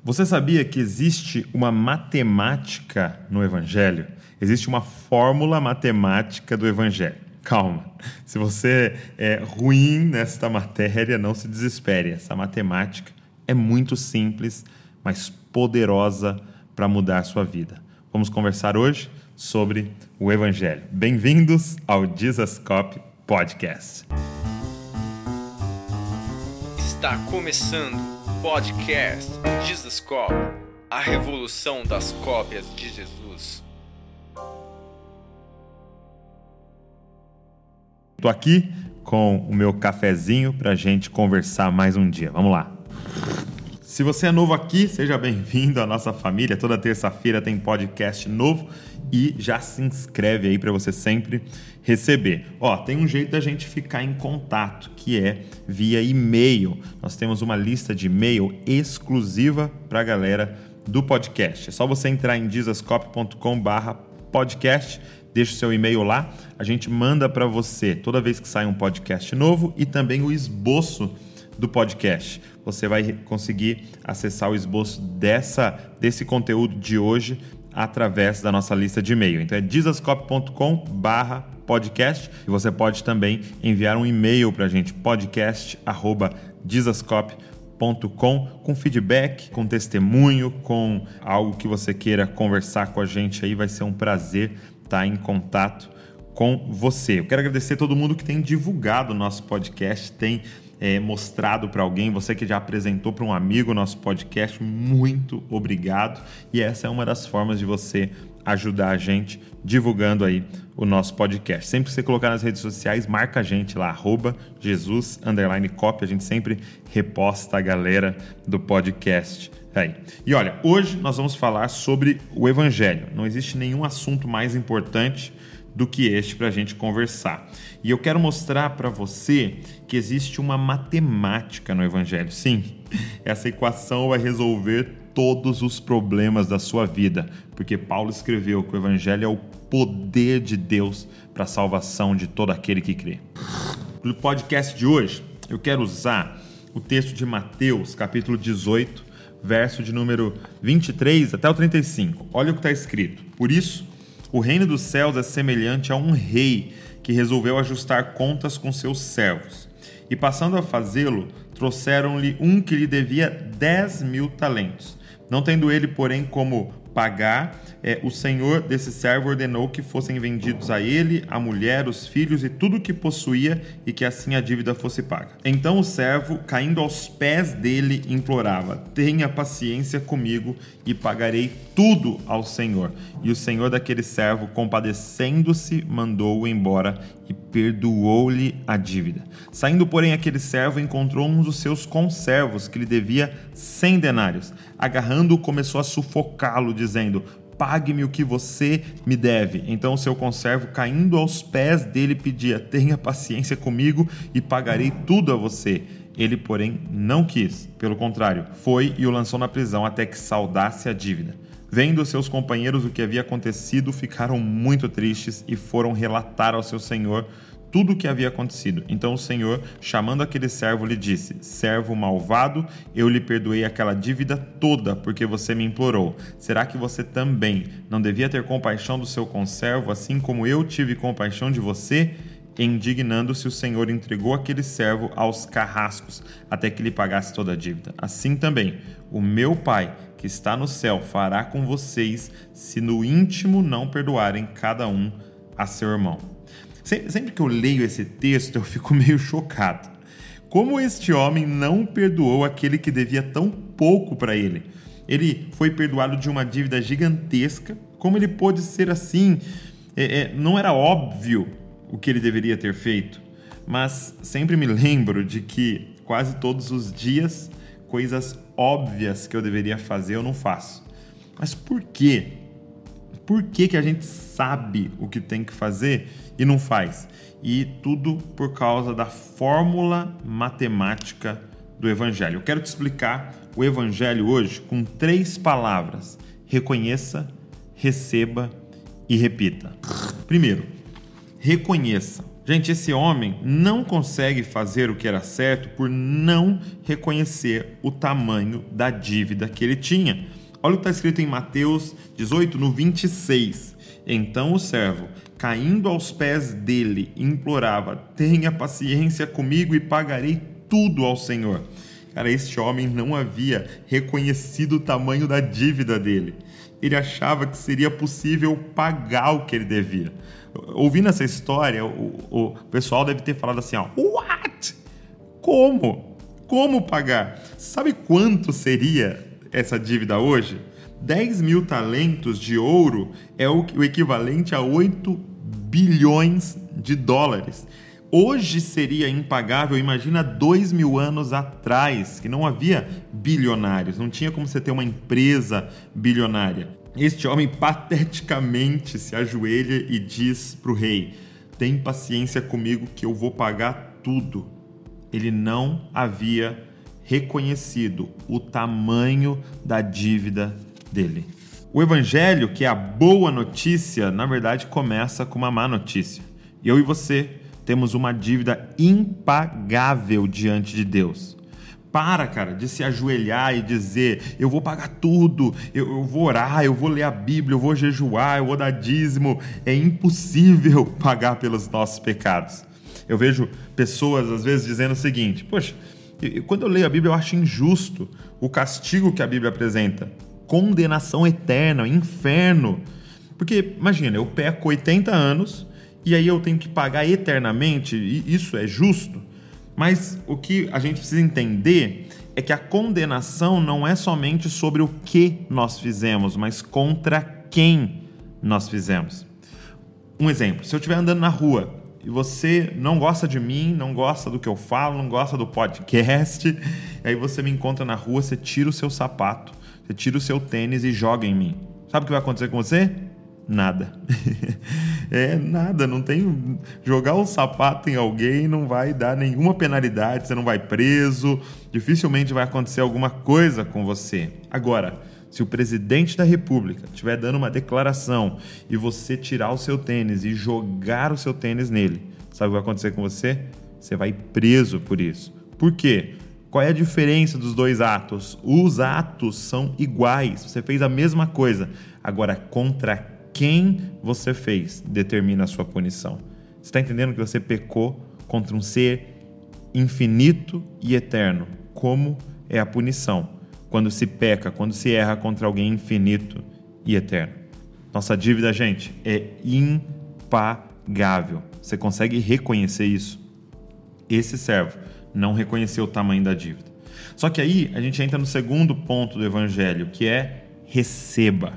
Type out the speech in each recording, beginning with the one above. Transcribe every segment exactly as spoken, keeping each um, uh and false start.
Você sabia que existe uma matemática no Evangelho? Existe uma fórmula matemática do Evangelho. Calma, se você é ruim nesta matéria, não se desespere. Essa matemática é muito simples, mas poderosa para mudar a sua vida. Vamos conversar hoje sobre o Evangelho. Bem-vindos ao Jesuscop Podcast. Está começando o podcast Jesuscop, a revolução das cópias de Jesus. Estou aqui com o meu cafezinho para a gente conversar mais um dia. Vamos lá. Se você é novo aqui, seja bem-vindo à nossa família. Toda terça-feira tem podcast novo e já se inscreve aí para você sempre receber. Ó, tem um jeito da gente ficar em contato, que é via e-mail. Nós temos uma lista de e-mail exclusiva para a galera do podcast. É só você entrar em jesuscop ponto com barra podcast, deixa o seu e-mail lá, a gente manda para você toda vez que sai um podcast novo e também o esboço do podcast. Você vai conseguir acessar o esboço dessa, desse conteúdo de hoje através da nossa lista de e-mail. Então é jesuscop ponto com barra podcast e você pode também enviar um e-mail para a gente, podcast arroba jesuscop ponto com, com feedback, com testemunho, com algo que você queira conversar com a gente aí. Vai ser um prazer estar em contato com você. Eu quero agradecer a todo mundo que tem divulgado o nosso podcast, tem É, mostrado para alguém, você que já apresentou para um amigo o nosso podcast, muito obrigado. E essa é uma das formas de você ajudar a gente divulgando aí o nosso podcast. Sempre que você colocar nas redes sociais, marca a gente lá, arroba Jesus underline copy, a gente sempre reposta a galera do podcast aí. E olha, hoje nós vamos falar sobre o Evangelho. Não existe nenhum assunto mais importante do que este para a gente conversar. E eu quero mostrar para você que existe uma matemática no Evangelho. Sim, essa equação vai resolver todos os problemas da sua vida, porque Paulo escreveu que o Evangelho é o poder de Deus para a salvação de todo aquele que crê. No podcast de hoje, eu quero usar o texto de Mateus, capítulo dezoito, verso de número vinte e três até o trinta e cinco. Olha o que está escrito. Por isso, o reino dos céus é semelhante a um rei que resolveu ajustar contas com seus servos. E passando a fazê-lo, trouxeram-lhe um que lhe devia dez mil talentos. Não tendo ele, porém, como pagar, é, o senhor desse servo ordenou que fossem vendidos a ele, a mulher, os filhos e tudo o que possuía, e que assim a dívida fosse paga. Então o servo, caindo aos pés dele, implorava: tenha paciência comigo e pagarei tudo ao senhor. E o senhor daquele servo, compadecendo-se, mandou-o embora e perdoou-lhe a dívida. Saindo, porém, aquele servo encontrou um dos seus conservos que lhe devia cem denários. Agarrando-o, começou a sufocá-lo, dizendo: pague-me o que você me deve. Então o seu conservo, caindo aos pés dele, pedia: tenha paciência comigo e pagarei tudo a você. Ele, porém, não quis. Pelo contrário, foi e o lançou na prisão até que saldasse a dívida. Vendo seus companheiros o que havia acontecido, ficaram muito tristes e foram relatar ao seu senhor tudo o que havia acontecido. Então o senhor, chamando aquele servo, lhe disse: servo malvado, eu lhe perdoei aquela dívida toda porque você me implorou. Será que você também não devia ter compaixão do seu conservo, assim como eu tive compaixão de você? Indignando-se, o senhor entregou aquele servo aos carrascos até que lhe pagasse toda a dívida. Assim também, o meu Pai, que está no céu, fará com vocês, se no íntimo não perdoarem cada um a seu irmão. Sempre que eu leio esse texto, eu fico meio chocado. Como este homem não perdoou aquele que devia tão pouco para ele? Ele foi perdoado de uma dívida gigantesca. Como ele pôde ser assim? É, é, não era óbvio o que ele deveria ter feito, mas sempre me lembro de que quase todos os dias coisas óbvias que eu deveria fazer eu não faço. Mas por quê? Por que que a gente sabe o que tem que fazer e não faz? E tudo por causa da fórmula matemática do Evangelho. Eu quero te explicar o Evangelho hoje com três palavras: reconheça, receba e repita. Primeiro, reconheça. Gente, esse homem não consegue fazer o que era certo por não reconhecer o tamanho da dívida que ele tinha. Olha o que está escrito em Mateus dezoito, no vinte e seis. Então o servo, caindo aos pés dele, implorava: tenha paciência comigo e pagarei tudo ao Senhor. Cara, este homem não havia reconhecido o tamanho da dívida dele. Ele achava que seria possível pagar o que ele devia. Ouvindo essa história, o, o pessoal deve ter falado assim, ó, what? Como? Como pagar? Sabe quanto seria essa dívida hoje? dez mil talentos de ouro é o, o equivalente a oito bilhões de dólares. Hoje seria impagável, imagina dois mil anos atrás, que não havia bilionários, não tinha como você ter uma empresa bilionária. Este homem pateticamente se ajoelha e diz para o rei: tem paciência comigo que eu vou pagar tudo. Ele não havia reconhecido o tamanho da dívida dele. O evangelho, que é a boa notícia, na verdade começa com uma má notícia. Eu e você temos uma dívida impagável diante de Deus. Para, cara, de se ajoelhar e dizer: eu vou pagar tudo, eu, eu vou orar, eu vou ler a Bíblia, eu vou jejuar, eu vou dar dízimo. É impossível pagar pelos nossos pecados. Eu vejo pessoas, às vezes, dizendo o seguinte: poxa, quando eu leio a Bíblia, eu acho injusto o castigo que a Bíblia apresenta. Condenação eterna, inferno. Porque, imagina, eu peco oitenta anos e aí eu tenho que pagar eternamente, e isso é justo? Mas o que a gente precisa entender é que a condenação não é somente sobre o que nós fizemos, mas contra quem nós fizemos. Um exemplo: se eu estiver andando na rua e você não gosta de mim, não gosta do que eu falo, não gosta do podcast, aí você me encontra na rua, você tira o seu sapato, você tira o seu tênis e joga em mim. Sabe o que vai acontecer com você? Nada. É nada, não tem... Jogar um sapato em alguém não vai dar nenhuma penalidade, você não vai preso, dificilmente vai acontecer alguma coisa com você. Agora, se o presidente da República estiver dando uma declaração e você tirar o seu tênis e jogar o seu tênis nele, sabe o que vai acontecer com você? Você vai preso por isso. Por quê? Qual é a diferença dos dois atos? Os atos são iguais, você fez a mesma coisa. Agora, contra quem você fez determina a sua punição. Você está entendendo que você pecou contra um ser infinito e eterno? Como é a punição quando se peca, quando se erra contra alguém infinito e eterno? Nossa dívida, gente, é impagável. Você consegue reconhecer isso? Esse servo não reconheceu o tamanho da dívida. Só que aí a gente entra no segundo ponto do evangelho, que é receba.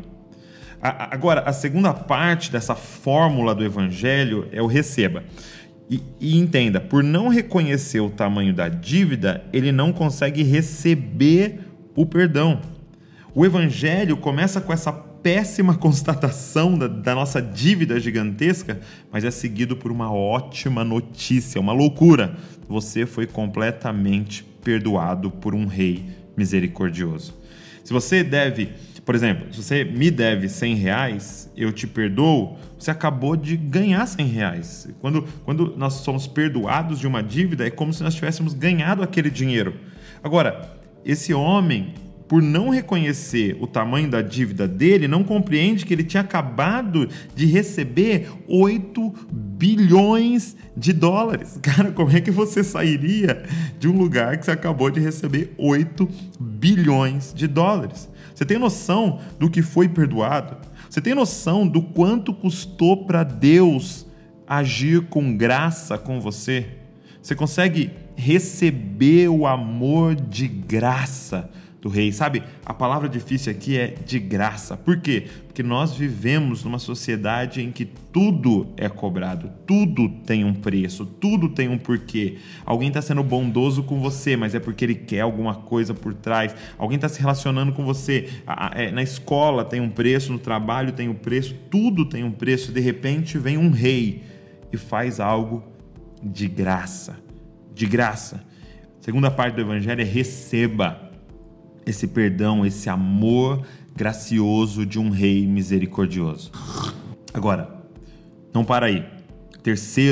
Agora, a segunda parte dessa fórmula do evangelho é o receba. E, e entenda, por não reconhecer o tamanho da dívida, ele não consegue receber o perdão. O evangelho começa com essa péssima constatação da, da nossa dívida gigantesca, mas é seguido por uma ótima notícia, uma loucura. Você foi completamente perdoado por um rei misericordioso. Se você deve... Por exemplo, se você me deve cem reais, eu te perdoo, você acabou de ganhar cem reais. Quando, quando nós somos perdoados de uma dívida, é como se nós tivéssemos ganhado aquele dinheiro. Agora, esse homem, por não reconhecer o tamanho da dívida dele, não compreende que ele tinha acabado de receber oito bilhões de dólares. Cara, como é que você sairia de um lugar que você acabou de receber oito bilhões de dólares? Você tem noção do que foi perdoado? Você tem noção do quanto custou para Deus agir com graça com você? Você consegue receber o amor de graça do rei? Sabe, a palavra difícil aqui é de graça. Por quê? Porque nós vivemos numa sociedade em que tudo é cobrado, tudo tem um preço, tudo tem um porquê. Alguém está sendo bondoso com você, mas é porque ele quer alguma coisa por trás. Alguém está se relacionando com você, na escola tem um preço, no trabalho tem um preço, tudo tem um preço. De repente vem um rei e faz algo de graça, de graça. A segunda parte do evangelho é receba esse perdão, esse amor gracioso de um rei misericordioso. Agora, não para aí. Terceiro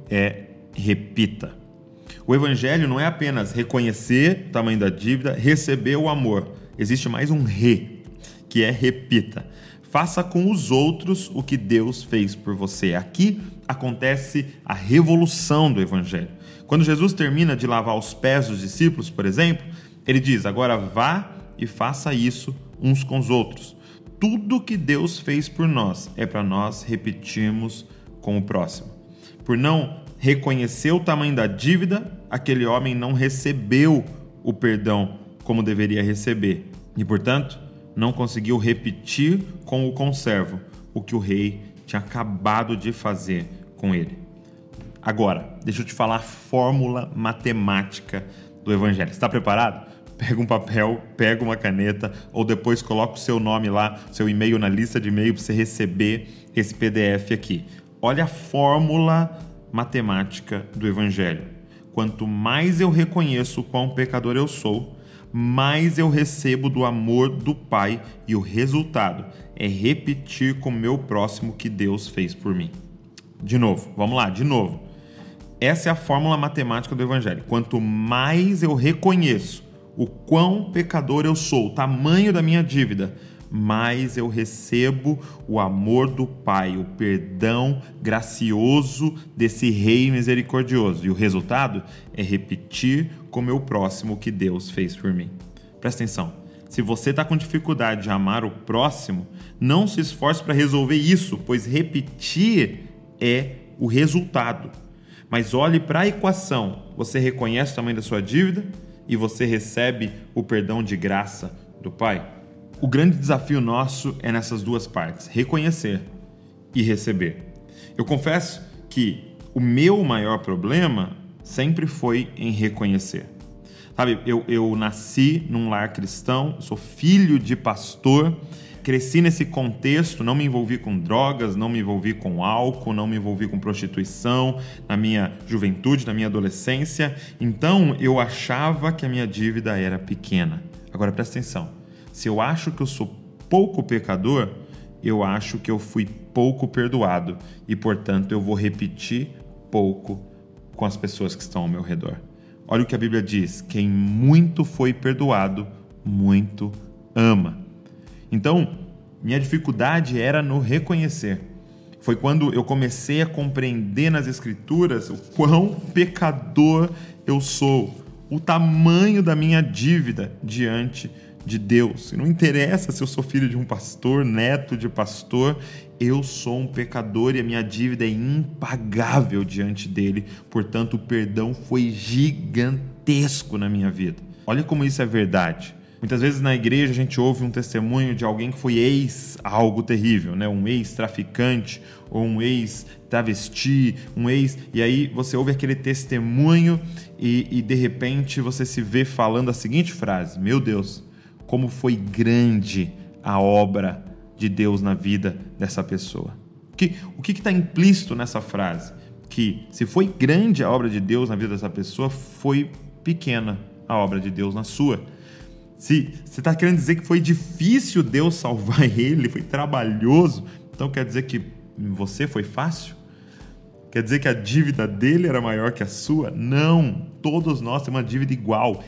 é repita. O evangelho não é apenas reconhecer o tamanho da dívida, receber o amor. Existe mais um re, que é repita. Faça com os outros o que Deus fez por você. Aqui acontece a revolução do evangelho. Quando Jesus termina de lavar os pés dos discípulos, por exemplo, ele diz: agora vá e faça isso uns com os outros. Tudo que Deus fez por nós é para nós repetirmos com o próximo. Por não reconhecer o tamanho da dívida, aquele homem não recebeu o perdão como deveria receber e, portanto, não conseguiu repetir com o conservo o que o rei tinha acabado de fazer com ele. Agora, deixa eu te falar a fórmula matemática do evangelho. Está preparado? Pega um papel, pega uma caneta ou depois coloca o seu nome lá, seu e-mail na lista de e-mail para você receber esse P D F aqui. Olha a fórmula matemática do evangelho. Quanto mais eu reconheço o quão pecador eu sou, mais eu recebo do amor do Pai, e o resultado é repetir com o meu próximo o que Deus fez por mim. De novo, vamos lá, de novo. Essa é a fórmula matemática do evangelho. Quanto mais eu reconheço o quão pecador eu sou, o tamanho da minha dívida, mais eu recebo o amor do Pai, o perdão gracioso desse Rei misericordioso. E o resultado é repetir com o meu próximo o que Deus fez por mim. Presta atenção. Se você está com dificuldade de amar o próximo, não se esforce para resolver isso, pois repetir é o resultado. Mas olhe para a equação. Você reconhece o tamanho da sua dívida e você recebe o perdão de graça do Pai? O grande desafio nosso é nessas duas partes, reconhecer e receber. Eu confesso que o meu maior problema sempre foi em reconhecer. Sabe, eu, eu nasci num lar cristão, sou filho de pastor, cresci nesse contexto, não me envolvi com drogas, não me envolvi com álcool, não me envolvi com prostituição na minha juventude, na minha adolescência. Então eu achava que a minha dívida era pequena. Agora presta atenção. Se eu acho que eu sou pouco pecador, eu acho que eu fui pouco perdoado e, portanto, eu vou repetir pouco com as pessoas que estão ao meu redor. Olha o que a Bíblia diz: quem muito foi perdoado, muito ama. Então, minha dificuldade era no reconhecer. Foi quando eu comecei a compreender nas Escrituras o quão pecador eu sou, o tamanho da minha dívida diante de Deus. E não interessa se eu sou filho de um pastor, neto de pastor, eu sou um pecador e a minha dívida é impagável diante dele. Portanto, o perdão foi gigantesco na minha vida. Olha como isso é verdade. Muitas vezes na igreja a gente ouve um testemunho de alguém que foi ex algo terrível, né? Um ex-traficante ou um ex-travesti, um ex... E aí você ouve aquele testemunho e, e de repente você se vê falando a seguinte frase: meu Deus, como foi grande a obra de Deus na vida dessa pessoa. Que, o que está implícito nessa frase? Que se foi grande a obra de Deus na vida dessa pessoa, foi pequena a obra de Deus na sua. Se você está querendo dizer que foi difícil Deus salvar ele, foi trabalhoso, então quer dizer que você foi fácil? Quer dizer que a dívida dele era maior que a sua? Não, todos nós temos uma dívida igual,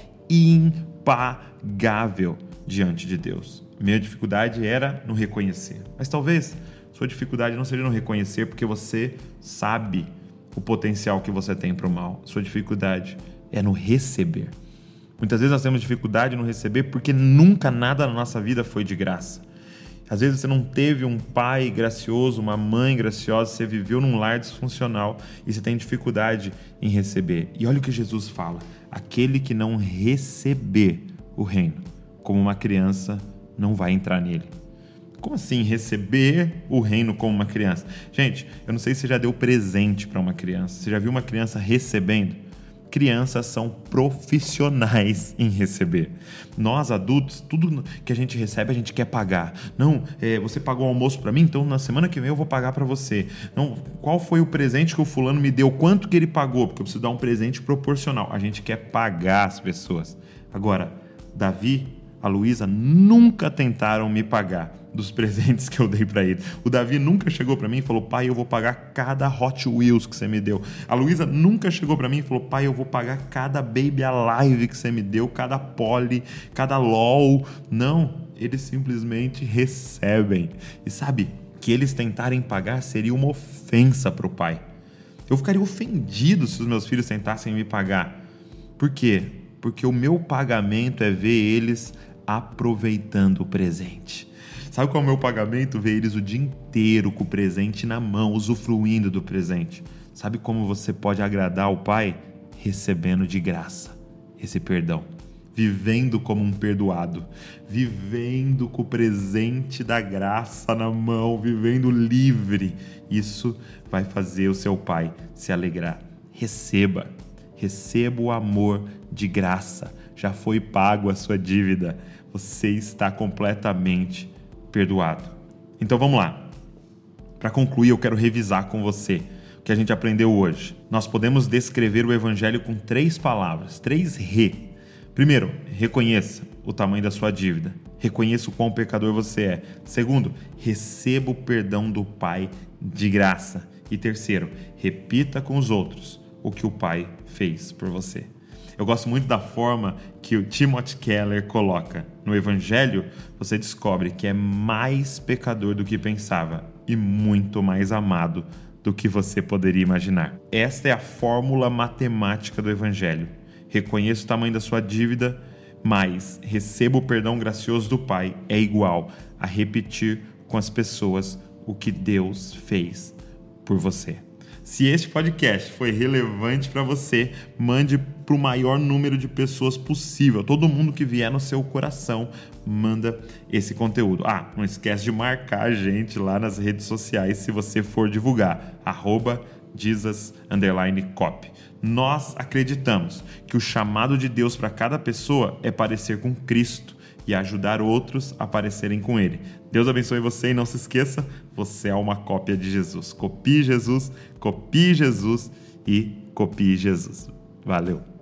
impagável diante de Deus. Minha dificuldade era no reconhecer. Mas talvez sua dificuldade não seja no reconhecer porque você sabe o potencial que você tem para o mal. Sua dificuldade é no receber. Muitas vezes nós temos dificuldade no receber porque nunca nada na nossa vida foi de graça. Às vezes você não teve um pai gracioso, uma mãe graciosa, você viveu num lar disfuncional e você tem dificuldade em receber. E olha o que Jesus fala: aquele que não receber o reino como uma criança não vai entrar nele. Como assim receber o reino como uma criança? Gente, eu não sei se você já deu presente para uma criança. Você já viu uma criança recebendo? Crianças são profissionais em receber. Nós, adultos, tudo que a gente recebe, a gente quer pagar. Não, é, você pagou o almoço para mim, então na semana que vem eu vou pagar para você. Não, qual foi o presente que o fulano me deu? Quanto que ele pagou? Porque eu preciso dar um presente proporcional. A gente quer pagar as pessoas. Agora, Davi a Luísa nunca tentaram me pagar dos presentes que eu dei para ele. O Davi nunca chegou para mim e falou: pai, eu vou pagar cada Hot Wheels que você me deu. A Luísa nunca chegou para mim e falou: pai, eu vou pagar cada Baby Alive que você me deu, cada Polly, cada LOL. Não, eles simplesmente recebem. E sabe, que eles tentarem pagar seria uma ofensa para o pai. Eu ficaria ofendido se os meus filhos tentassem me pagar. Por quê? Porque o meu pagamento é ver eles aproveitando o presente. Sabe qual é o meu pagamento? Ver eles o dia inteiro com o presente na mão, usufruindo do presente. Sabe como você pode agradar o pai? Recebendo de graça esse perdão. Vivendo como um perdoado. Vivendo com o presente da graça na mão. Vivendo livre. Isso vai fazer o seu pai se alegrar. Receba. Receba o amor de graça. Já foi pago a sua dívida. Você está completamente perdoado. Então vamos lá. Para concluir, eu quero revisar com você o que a gente aprendeu hoje. Nós podemos descrever o evangelho com três palavras, três re. Primeiro, reconheça o tamanho da sua dívida. Reconheça o quão pecador você é. Segundo, receba o perdão do Pai de graça. E terceiro, repita com os outros o que o Pai fez por você. Eu gosto muito da forma que o Timothy Keller coloca. No Evangelho, você descobre que é mais pecador do que pensava e muito mais amado do que você poderia imaginar. Esta é a fórmula matemática do Evangelho. Reconheça o tamanho da sua dívida, mas receba o perdão gracioso do Pai é igual a repetir com as pessoas o que Deus fez por você. Se este podcast foi relevante para você, mande para o maior número de pessoas possível. Todo mundo que vier no seu coração, manda esse conteúdo. Ah, não esquece de marcar a gente lá nas redes sociais se você for divulgar. arroba Jesus underline cop. Nós acreditamos que o chamado de Deus para cada pessoa é parecer com Cristo e ajudar outros a parecerem com Ele. Deus abençoe você e não se esqueça, você é uma cópia de Jesus. Copie Jesus, copie Jesus e copie Jesus. Valeu!